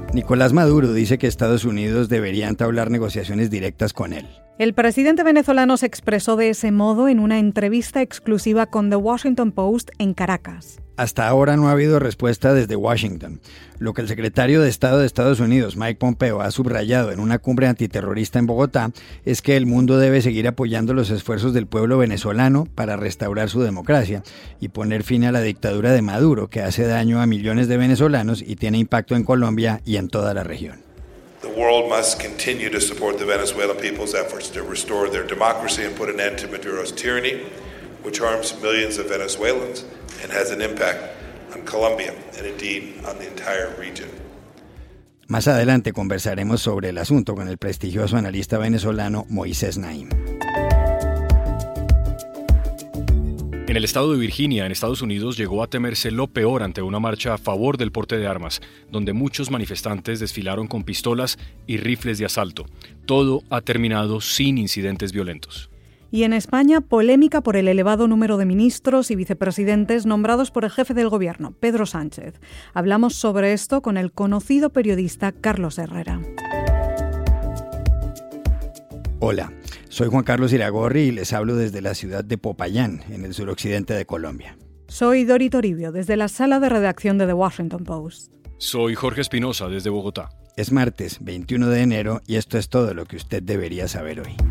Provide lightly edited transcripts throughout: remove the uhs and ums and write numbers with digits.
Nicolás Maduro dice que Estados Unidos debería entablar negociaciones directas con él. El presidente venezolano se expresó de ese modo en una entrevista exclusiva con The Washington Post en Caracas. Hasta ahora no ha habido respuesta desde Washington. Lo que el secretario de Estado de Estados Unidos, Mike Pompeo, ha subrayado en una cumbre antiterrorista en Bogotá es que el mundo debe seguir apoyando los esfuerzos del pueblo venezolano para restaurar su democracia y poner fin a la dictadura de Maduro, que hace daño a millones de venezolanos y tiene impacto en Colombia y en toda la región. The world must continue to support the Venezuelan people's efforts to restore their democracy and put an end to Maduro's tyranny, which harms millions of Venezuelans and has an impact on Colombia and indeed on the entire region. Más adelante conversaremos sobre el asunto con el prestigioso analista venezolano Moisés Naim. En el estado de Virginia, en Estados Unidos, llegó a temerse lo peor ante una marcha a favor del porte de armas, donde muchos manifestantes desfilaron con pistolas y rifles de asalto. Todo ha terminado sin incidentes violentos. Y en España, polémica por el elevado número de ministros y vicepresidentes nombrados por el jefe del gobierno, Pedro Sánchez. Hablamos sobre esto con el conocido periodista Carlos Herrera. Hola, soy Juan Carlos Iragorri y les hablo desde la ciudad de Popayán, en el suroccidente de Colombia. Soy Dori Toribio, desde la sala de redacción de The Washington Post. Soy Jorge Espinosa, desde Bogotá. Es martes, 21 de enero, y esto es todo lo que usted debería saber hoy.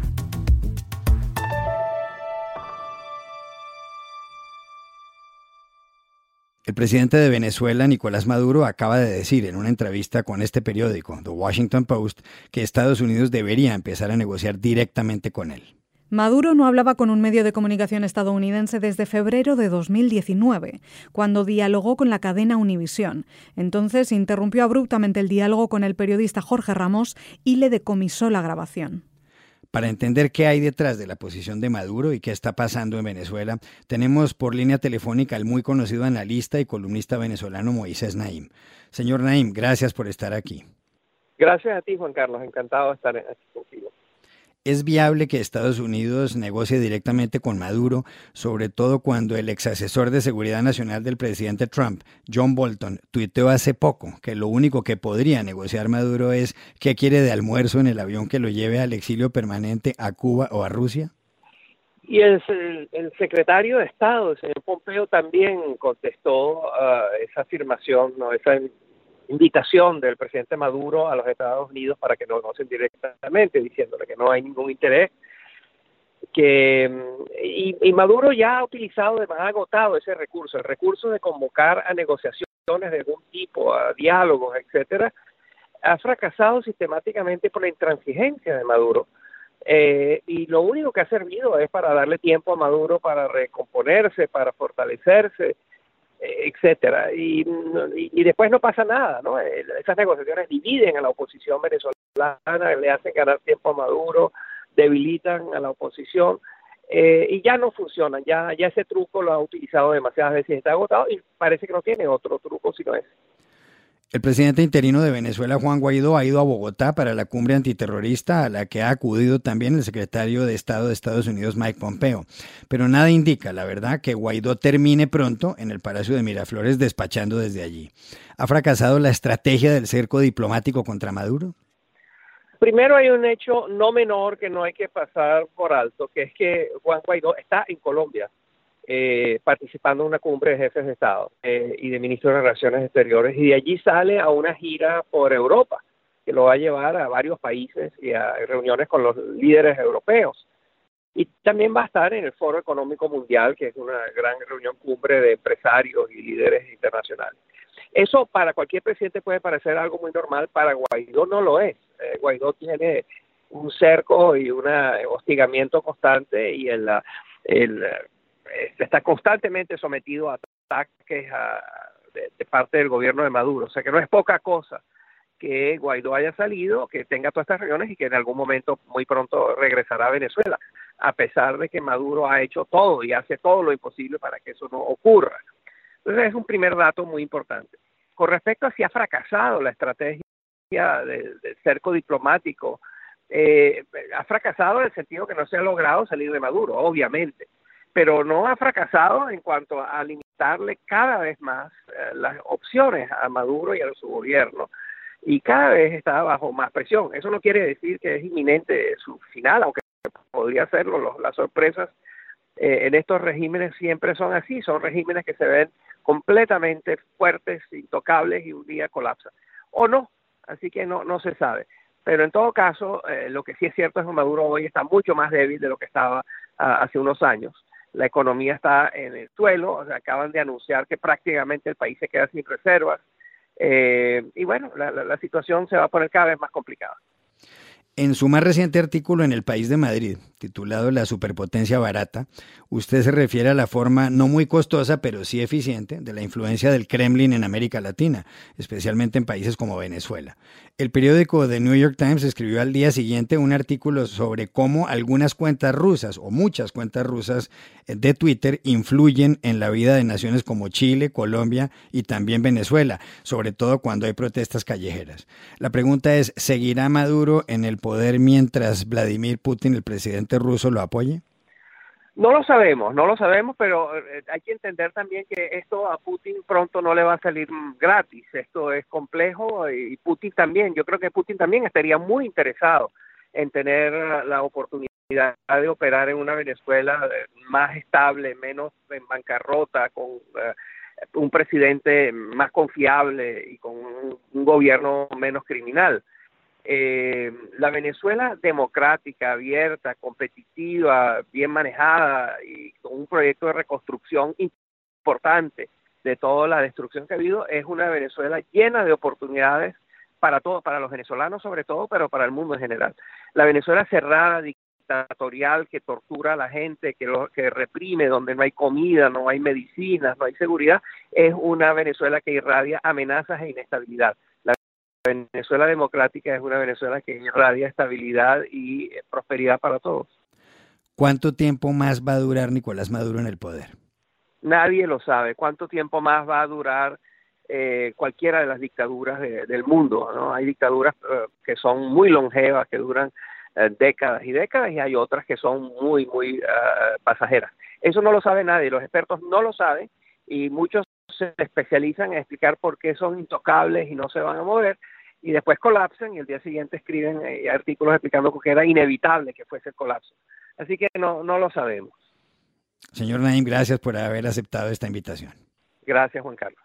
El presidente de Venezuela, Nicolás Maduro, acaba de decir en una entrevista con este periódico, The Washington Post, que Estados Unidos debería empezar a negociar directamente con él. Maduro no hablaba con un medio de comunicación estadounidense desde febrero de 2019, cuando dialogó con la cadena Univisión. Entonces interrumpió abruptamente el diálogo con el periodista Jorge Ramos y le decomisó la grabación. Para entender qué hay detrás de la posición de Maduro y qué está pasando en Venezuela, tenemos por línea telefónica al muy conocido analista y columnista venezolano Moisés Naim. Señor Naim, gracias por estar aquí. Gracias a ti, Juan Carlos. Encantado de estar aquí contigo. ¿Es viable que Estados Unidos negocie directamente con Maduro, sobre todo cuando el exasesor de Seguridad Nacional del presidente Trump, John Bolton, tuiteó hace poco que lo único que podría negociar Maduro es qué quiere de almuerzo en el avión que lo lleve al exilio permanente a Cuba o a Rusia? Y el secretario de Estado, el señor Pompeo, también contestó esa afirmación, ¿no? Esa invitación del presidente Maduro a los Estados Unidos para que lo negocien directamente, diciéndole que no hay ningún interés, y Maduro ya ha utilizado, además ha agotado ese recurso, el recurso de convocar a negociaciones de algún tipo, a diálogos, etcétera, ha fracasado sistemáticamente por la intransigencia de Maduro. Y lo único que ha servido es para darle tiempo a Maduro para recomponerse, para fortalecerse, etcétera, y después no pasa nada, ¿no? Esas negociaciones dividen a la oposición venezolana, le hacen ganar tiempo a Maduro, debilitan a la oposición, y ya no funcionan, ya ese truco lo ha utilizado demasiadas veces y está agotado, y parece que no tiene otro truco sino ese. El presidente interino de Venezuela, Juan Guaidó, ha ido a Bogotá para la cumbre antiterrorista a la que ha acudido también el secretario de Estado de Estados Unidos, Mike Pompeo. Pero nada indica, la verdad, que Guaidó termine pronto en el Palacio de Miraflores despachando desde allí. ¿Ha fracasado la estrategia del cerco diplomático contra Maduro? Primero hay un hecho no menor que no hay que pasar por alto, que es que Juan Guaidó está en Colombia. Participando en una cumbre de jefes de Estado y de ministros de Relaciones Exteriores, y de allí sale a una gira por Europa, que lo va a llevar a varios países y a reuniones con los líderes europeos. Y también va a estar en el Foro Económico Mundial, que es una gran reunión cumbre de empresarios y líderes internacionales. Eso para cualquier presidente puede parecer algo muy normal, para Guaidó no lo es. Guaidó tiene un cerco y un hostigamiento constante y está constantemente sometido a ataques de parte del gobierno de Maduro. O sea que no es poca cosa que Guaidó haya salido, que tenga todas estas reuniones y que en algún momento muy pronto regresará a Venezuela, a pesar de que Maduro ha hecho todo y hace todo lo imposible para que eso no ocurra. Entonces es un primer dato muy importante. Con respecto a si ha fracasado la estrategia del cerco diplomático, ha fracasado en el sentido que no se ha logrado salir de Maduro, obviamente, pero no ha fracasado en cuanto a limitarle cada vez más las opciones a Maduro y a su gobierno. y cada vez está bajo más presión. Eso no quiere decir que es inminente su final, aunque podría serlo. Las sorpresas en estos regímenes siempre son así, son regímenes que se ven completamente fuertes, intocables, y un día colapsan. O no, así que no se sabe. Pero en todo caso, lo que sí es cierto es que Maduro hoy está mucho más débil de lo que estaba hace unos años. La economía está en el suelo, o sea, acaban de anunciar que prácticamente el país se queda sin reservas. Y bueno, la situación se va a poner cada vez más complicada. En su más reciente artículo en El País de Madrid, titulado La superpotencia barata, usted se refiere a la forma no muy costosa, pero sí eficiente, de la influencia del Kremlin en América Latina, especialmente en países como Venezuela. El periódico The New York Times escribió al día siguiente un artículo sobre cómo algunas cuentas rusas, o muchas cuentas rusas de Twitter, influyen en la vida de naciones como Chile, Colombia y también Venezuela, sobre todo cuando hay protestas callejeras. La pregunta es, ¿seguirá Maduro en el poder mientras Vladimir Putin, el presidente ruso, lo apoye? No lo sabemos, pero hay que entender también que esto a Putin pronto no le va a salir gratis. Esto es complejo y Putin también, yo creo que Putin también estaría muy interesado en tener la oportunidad de operar en una Venezuela más estable, menos en bancarrota, con un presidente más confiable y con un gobierno menos criminal. La Venezuela democrática, abierta, competitiva, bien manejada y con un proyecto de reconstrucción importante de toda la destrucción que ha habido, es una Venezuela llena de oportunidades para todos, para los venezolanos sobre todo, pero para el mundo en general. La Venezuela cerrada, dictatorial, que tortura a la gente, que reprime, donde no hay comida, no hay medicinas, no hay seguridad, es una Venezuela que irradia amenazas e inestabilidad. La Venezuela democrática es una Venezuela que irradia estabilidad y prosperidad para todos. ¿Cuánto tiempo más va a durar Nicolás Maduro en el poder? Nadie lo sabe. ¿Cuánto tiempo más va a durar cualquiera de las dictaduras del mundo, ¿no? Hay dictaduras que son muy longevas, que duran décadas y décadas, y hay otras que son muy pasajeras. Eso no lo sabe nadie, los expertos no lo saben, y muchos se especializan en explicar por qué son intocables y no se van a mover, y después colapsan y el día siguiente escriben artículos explicando que era inevitable que fuese el colapso. Así que no lo sabemos. Señor Naim, gracias por haber aceptado esta invitación. Gracias, Juan Carlos.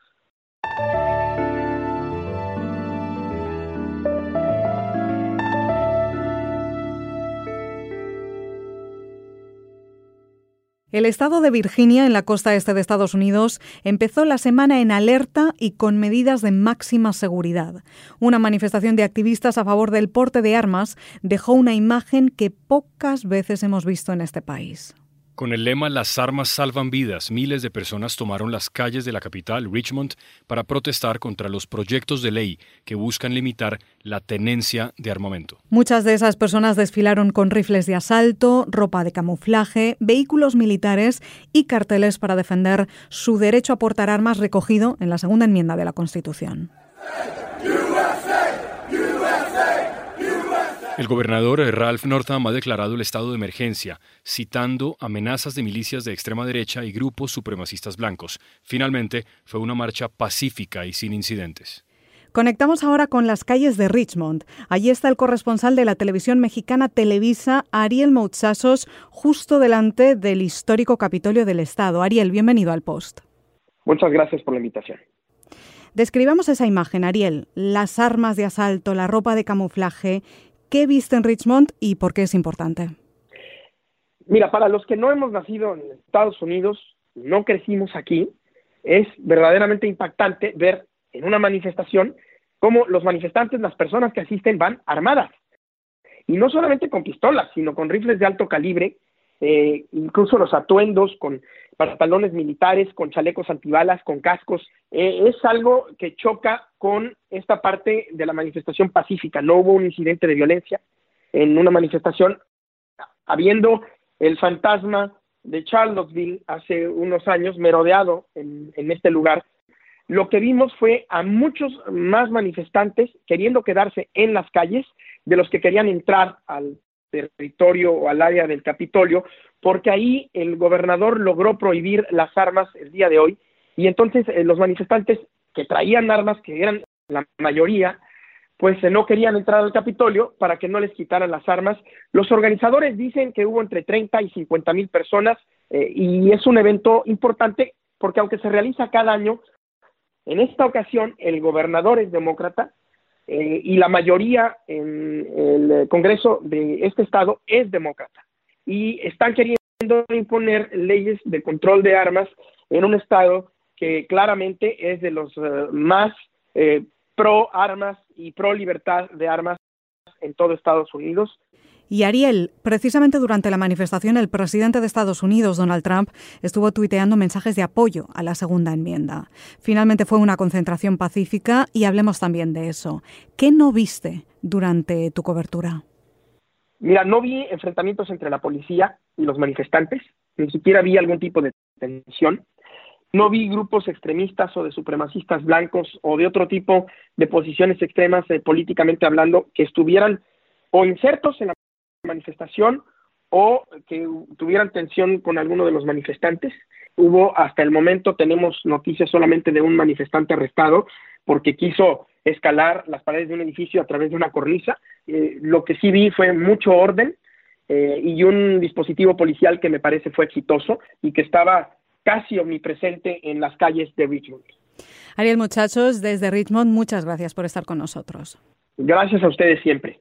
El estado de Virginia, en la costa este de Estados Unidos, empezó la semana en alerta y con medidas de máxima seguridad. Una manifestación de activistas a favor del porte de armas dejó una imagen que pocas veces hemos visto en este país. Con el lema "Las armas salvan vidas", miles de personas tomaron las calles de la capital, Richmond, para protestar contra los proyectos de ley que buscan limitar la tenencia de armamento. Muchas de esas personas desfilaron con rifles de asalto, ropa de camuflaje, vehículos militares y carteles para defender su derecho a portar armas recogido en la segunda enmienda de la Constitución. El gobernador Ralph Northam ha declarado el estado de emergencia, citando amenazas de milicias de extrema derecha y grupos supremacistas blancos. Finalmente, fue una marcha pacífica y sin incidentes. Conectamos ahora con las calles de Richmond. Allí está el corresponsal de la televisión mexicana Televisa, Ariel Moutsasos, justo delante del histórico Capitolio del Estado. Ariel, bienvenido al Post. Muchas gracias por la invitación. Describamos esa imagen, Ariel. Las armas de asalto, la ropa de camuflaje. ¿Qué viste en Richmond y por qué es importante? Mira, para los que no hemos nacido en Estados Unidos, no crecimos aquí, es verdaderamente impactante ver en una manifestación cómo los manifestantes, las personas que asisten, van armadas. Y no solamente con pistolas, sino con rifles de alto calibre, incluso los atuendos con pantalones militares, con chalecos antibalas, con cascos. Es algo que choca con esta parte de la manifestación pacífica. No hubo un incidente de violencia en una manifestación, habiendo el fantasma de Charlottesville hace unos años merodeado en este lugar. Lo que vimos fue a muchos más manifestantes queriendo quedarse en las calles de los que querían entrar al territorio o al área del Capitolio, porque ahí el gobernador logró prohibir las armas el día de hoy, y entonces los manifestantes que traían armas, que eran la mayoría, pues no querían entrar al Capitolio para que no les quitaran las armas. Los organizadores dicen que hubo entre 30 y 50,000 personas y es un evento importante porque aunque se realiza cada año, en esta ocasión el gobernador es demócrata y la mayoría en el Congreso de este estado es demócrata y están queriendo imponer leyes de control de armas en un estado que claramente es de los más pro armas y pro libertad de armas en todo Estados Unidos. Y Ariel, precisamente durante la manifestación, el presidente de Estados Unidos, Donald Trump, estuvo tuiteando mensajes de apoyo a la segunda enmienda. Finalmente fue una concentración pacífica y hablemos también de eso. ¿Qué no viste durante tu cobertura? Mira, no vi enfrentamientos entre la policía y los manifestantes, ni siquiera vi algún tipo de tensión. No vi grupos extremistas o de supremacistas blancos o de otro tipo de posiciones extremas políticamente hablando que estuvieran o insertos en la manifestación o que tuvieran tensión con alguno de los manifestantes. Hubo, hasta el momento, tenemos noticias solamente de un manifestante arrestado porque quiso escalar las paredes de un edificio a través de una cornisa. Lo que sí vi fue mucho orden y un dispositivo policial que me parece fue exitoso y que estaba casi omnipresente en las calles de Richmond. Ariel, muchachos, desde Richmond, muchas gracias por estar con nosotros. Gracias a ustedes siempre.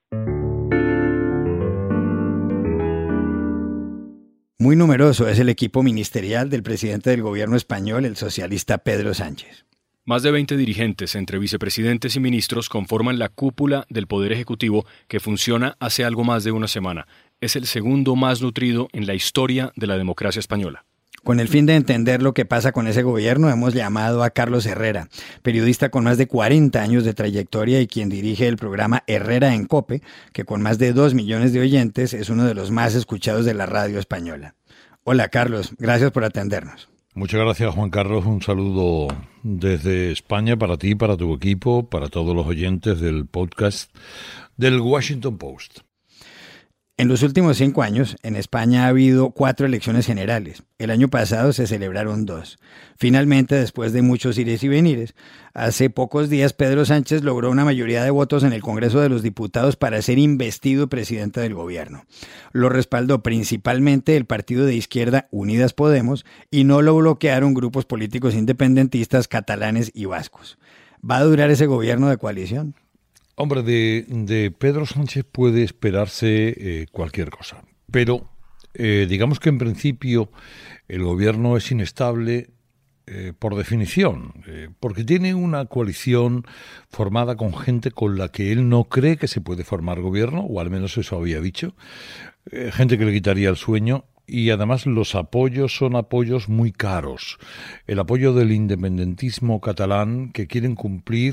Muy numeroso es el equipo ministerial del presidente del gobierno español, el socialista Pedro Sánchez. Más de 20 dirigentes, entre vicepresidentes y ministros, conforman la cúpula del Poder Ejecutivo que funciona hace algo más de una semana. Es el segundo más nutrido en la historia de la democracia española. Con el fin de entender lo que pasa con ese gobierno, hemos llamado a Carlos Herrera, periodista con más de 40 años de trayectoria y quien dirige el programa Herrera en COPE, que con más de 2 millones de oyentes es uno de los más escuchados de la radio española. Hola Carlos, gracias por atendernos. Muchas gracias, Juan Carlos. Un saludo desde España para ti, para tu equipo, para todos los oyentes del podcast del Washington Post. En los últimos 5 años, en España ha habido 4 elecciones generales. El año pasado se celebraron 2. Finalmente, después de muchos ires y venires, hace pocos días Pedro Sánchez logró una mayoría de votos en el Congreso de los Diputados para ser investido presidente del gobierno. Lo respaldó principalmente el partido de izquierda Unidas Podemos y no lo bloquearon grupos políticos independentistas catalanes y vascos. ¿Va a durar ese gobierno de coalición? Hombre, de Pedro Sánchez puede esperarse cualquier cosa, pero digamos que en principio el gobierno es inestable por definición, porque tiene una coalición formada con gente con la que él no cree que se puede formar gobierno, o al menos eso había dicho, gente que le quitaría el sueño. Y además los apoyos son apoyos muy caros. El apoyo del independentismo catalán que quieren cumplir.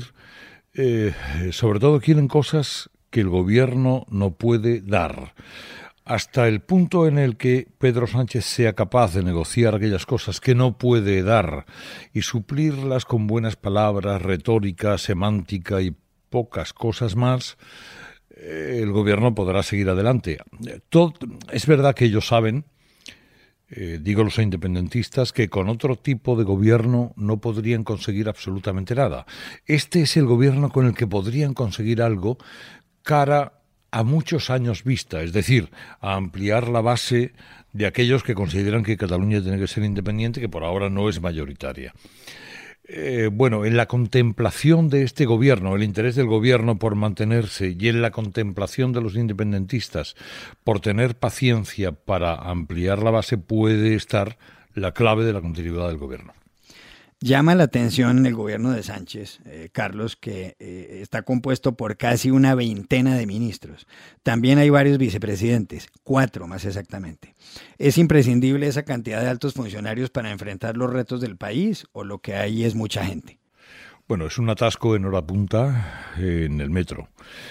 Sobre todo quieren cosas que el gobierno no puede dar. Hasta el punto en el que Pedro Sánchez sea capaz de negociar aquellas cosas que no puede dar y suplirlas con buenas palabras, retórica, semántica y pocas cosas más, el gobierno podrá seguir adelante. Es verdad que ellos saben, digo los independentistas, que con otro tipo de gobierno no podrían conseguir absolutamente nada. Este es el gobierno con el que podrían conseguir algo cara a muchos años vista, es decir, a ampliar la base de aquellos que consideran que Cataluña tiene que ser independiente, que por ahora no es mayoritaria. En la contemplación de este gobierno, el interés del gobierno por mantenerse y en la contemplación de los independentistas por tener paciencia para ampliar la base puede estar la clave de la continuidad del gobierno. Llama la atención el gobierno de Sánchez, Carlos, que está compuesto por casi una veintena de ministros. También hay varios vicepresidentes, 4 más exactamente. ¿Es imprescindible esa cantidad de altos funcionarios para enfrentar los retos del país o lo que hay es mucha gente? Bueno, es un atasco en hora punta en el metro.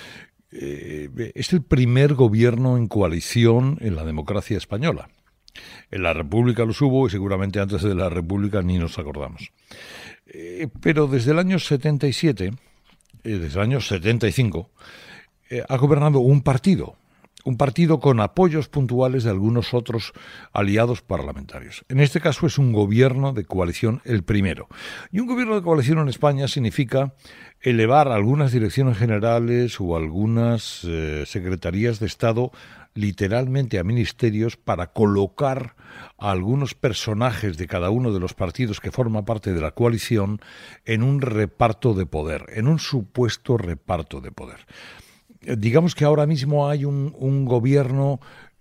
Es el primer gobierno en coalición en la democracia española. En la República los hubo y seguramente antes de la República ni nos acordamos. Pero desde el año 77, desde el año 75, ha gobernado un partido un partido con apoyos puntuales de algunos otros aliados parlamentarios. En este caso es un gobierno de coalición el primero. Y un gobierno de coalición en España significa elevar algunas direcciones generales o algunas secretarías de Estado literalmente a ministerios para colocar a algunos personajes de cada uno de los partidos que forman parte de la coalición en un reparto de poder, en un supuesto reparto de poder. Digamos que ahora mismo hay un gobierno,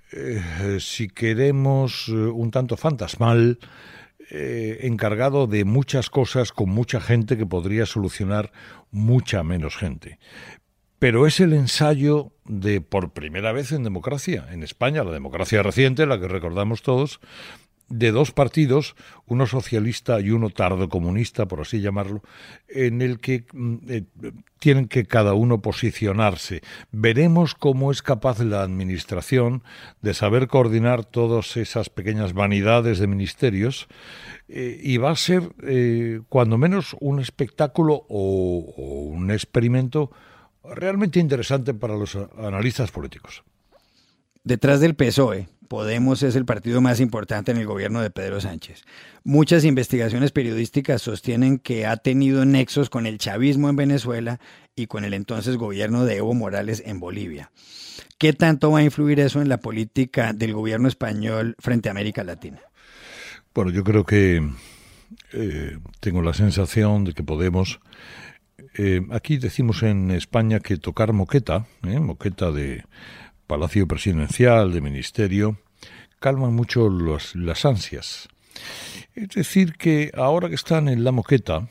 si queremos, un tanto fantasmal, encargado de muchas cosas con mucha gente que podría solucionar mucha menos gente. Pero es el ensayo de, por primera vez en democracia, en España, la democracia reciente, la que recordamos todos, de dos partidos, uno socialista y uno tardocomunista, por así llamarlo, en el que tienen que cada uno posicionarse. Veremos cómo es capaz la administración de saber coordinar todas esas pequeñas vanidades de ministerios y va a ser, cuando menos, un espectáculo o un experimento realmente interesante para los analistas políticos. Detrás del PSOE, Podemos es el partido más importante en el gobierno de Pedro Sánchez. Muchas investigaciones periodísticas sostienen que ha tenido nexos con el chavismo en Venezuela y con el entonces gobierno de Evo Morales en Bolivia. ¿Qué tanto va a influir eso en la política del gobierno español frente a América Latina? Bueno, yo creo que tengo la sensación de que Podemos... aquí decimos en España que tocar moqueta, moqueta de Palacio Presidencial, de Ministerio, calman mucho las ansias. Es decir, que ahora que están en la moqueta,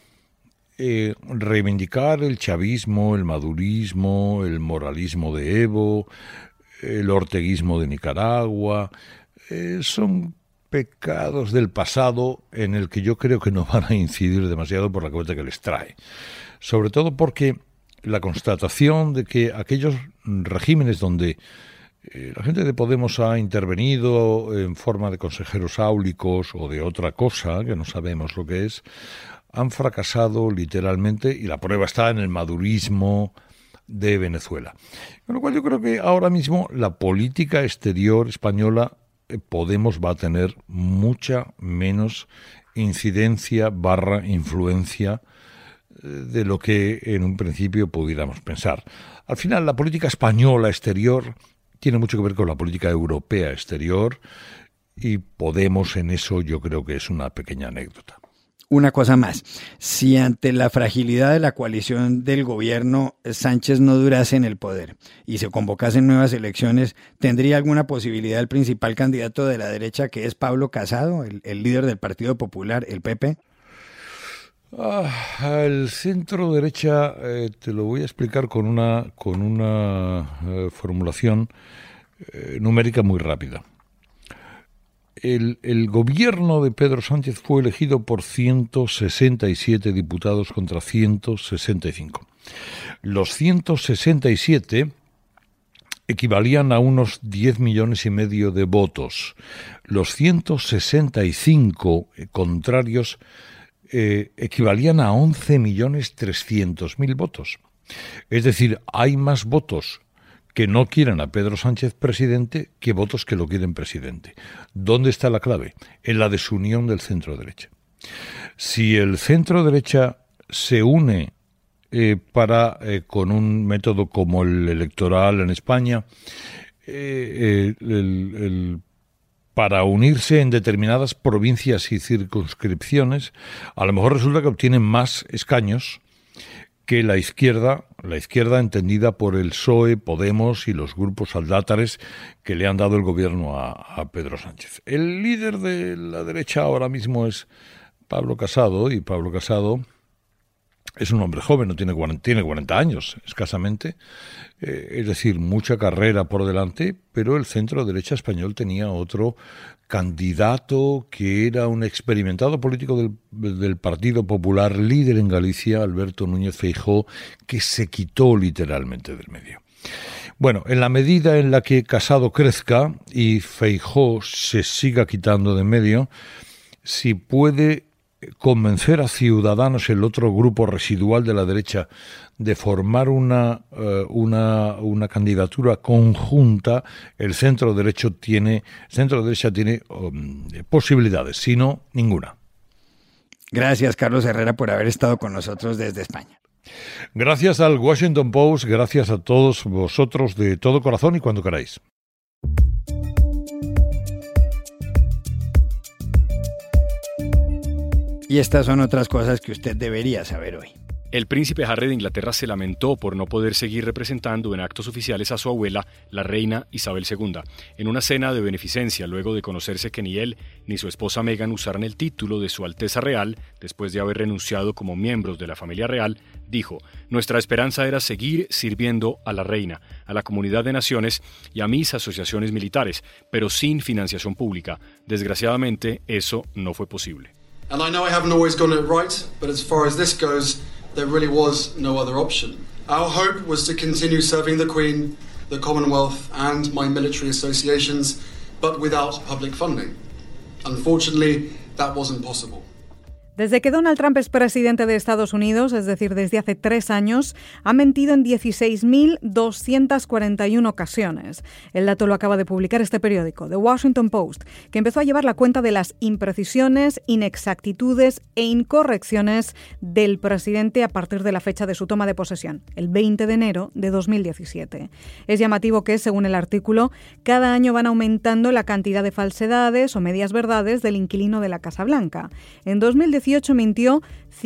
reivindicar el chavismo, el madurismo, el moralismo de Evo, el orteguismo de Nicaragua, son pecados del pasado en el que yo creo que no van a incidir demasiado por la cuenta que les trae. Sobre todo porque la constatación de que aquellos regímenes donde la gente de Podemos ha intervenido en forma de consejeros áulicos o de otra cosa, que no sabemos lo que es, han fracasado literalmente, y la prueba está en el madurismo de Venezuela. Con lo cual yo creo que ahora mismo la política exterior española, Podemos va a tener mucha menos incidencia / influencia de lo que en un principio pudiéramos pensar. Al final, la política española exterior tiene mucho que ver con la política europea exterior y Podemos en eso yo creo que es una pequeña anécdota. Una cosa más, si ante la fragilidad de la coalición del gobierno Sánchez no durase en el poder y se convocasen nuevas elecciones, ¿tendría alguna posibilidad el principal candidato de la derecha, que es Pablo Casado, el líder del Partido Popular, el PP? El centro derecha, te lo voy a explicar con una formulación numérica muy rápida. El gobierno de Pedro Sánchez fue elegido por 167 diputados contra 165. Los 167 equivalían a unos 10,5 millones de votos. Los 165 contrarios equivalían a 11,300,000 votos. Es decir, hay más votos que no quieren a Pedro Sánchez presidente que votos que lo quieren presidente. ¿Dónde está la clave? En la desunión del centro-derecha. Si el centro-derecha se une con un método como el electoral en España, para unirse en determinadas provincias y circunscripciones, a lo mejor resulta que obtienen más escaños que la izquierda entendida por el PSOE, Podemos y los grupos aldátares que le han dado el gobierno a Pedro Sánchez. El líder de la derecha ahora mismo es Pablo Casado, y Pablo Casado es un hombre joven, tiene 40 años escasamente, es decir, mucha carrera por delante, pero el centro derecha español tenía otro candidato que era un experimentado político del Partido Popular, líder en Galicia, Alberto Núñez Feijóo, que se quitó literalmente del medio. Bueno, en la medida en la que Casado crezca y Feijóo se siga quitando de en medio, si puede convencer a Ciudadanos, el otro grupo residual de la derecha, de formar una candidatura conjunta, el centro derecha tiene posibilidades, si no, ninguna. Gracias, Carlos Herrera, por haber estado con nosotros desde España. Gracias al Washington Post, gracias a todos vosotros de todo corazón y cuando queráis. Y estas son otras cosas que usted debería saber hoy. El príncipe Harry de Inglaterra se lamentó por no poder seguir representando en actos oficiales a su abuela, la reina Isabel II. En una cena de beneficencia, luego de conocerse que ni él ni su esposa Meghan usaran el título de Su Alteza Real, después de haber renunciado como miembros de la familia real, dijo: «Nuestra esperanza era seguir sirviendo a la reina, a la comunidad de naciones y a mis asociaciones militares, pero sin financiación pública. Desgraciadamente, eso no fue posible». And I know I haven't always gotten it right, but as far as this goes, there really was no other option. Our hope was to continue serving the Queen, the Commonwealth, and my military associations, but without public funding. Unfortunately, that wasn't possible. Desde que Donald Trump es presidente de Estados Unidos, es decir, desde hace 3 años, ha mentido en 16.241 ocasiones. El dato lo acaba de publicar este periódico, The Washington Post, que empezó a llevar la cuenta de las imprecisiones, inexactitudes e incorrecciones del presidente a partir de la fecha de su toma de posesión, el 20 de enero de 2017. Es llamativo que, según el artículo, cada año van aumentando la cantidad de falsedades o medias verdades del inquilino de la Casa Blanca. En 2018 mintió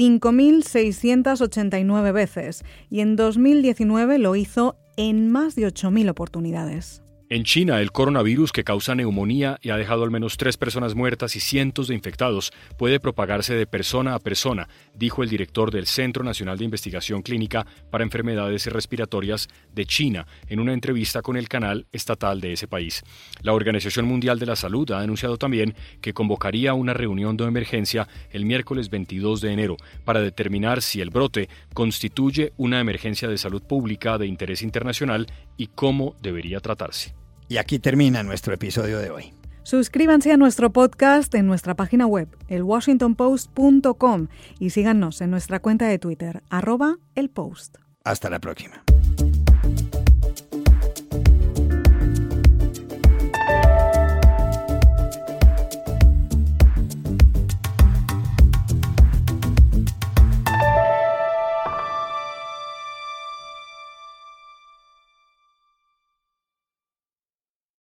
5.689 veces y en 2019 lo hizo en más de 8.000 oportunidades. En China, el coronavirus, que causa neumonía y ha dejado al menos 3 personas muertas y cientos de infectados, puede propagarse de persona a persona, dijo el director del Centro Nacional de Investigación Clínica para Enfermedades Respiratorias de China en una entrevista con el canal estatal de ese país. La Organización Mundial de la Salud ha anunciado también que convocaría una reunión de emergencia el miércoles 22 de enero para determinar si el brote constituye una emergencia de salud pública de interés internacional y cómo debería tratarse. Y aquí termina nuestro episodio de hoy. Suscríbanse a nuestro podcast en nuestra página web, elwashingtonpost.com, y síganos en nuestra cuenta de Twitter, @elpost. Hasta la próxima.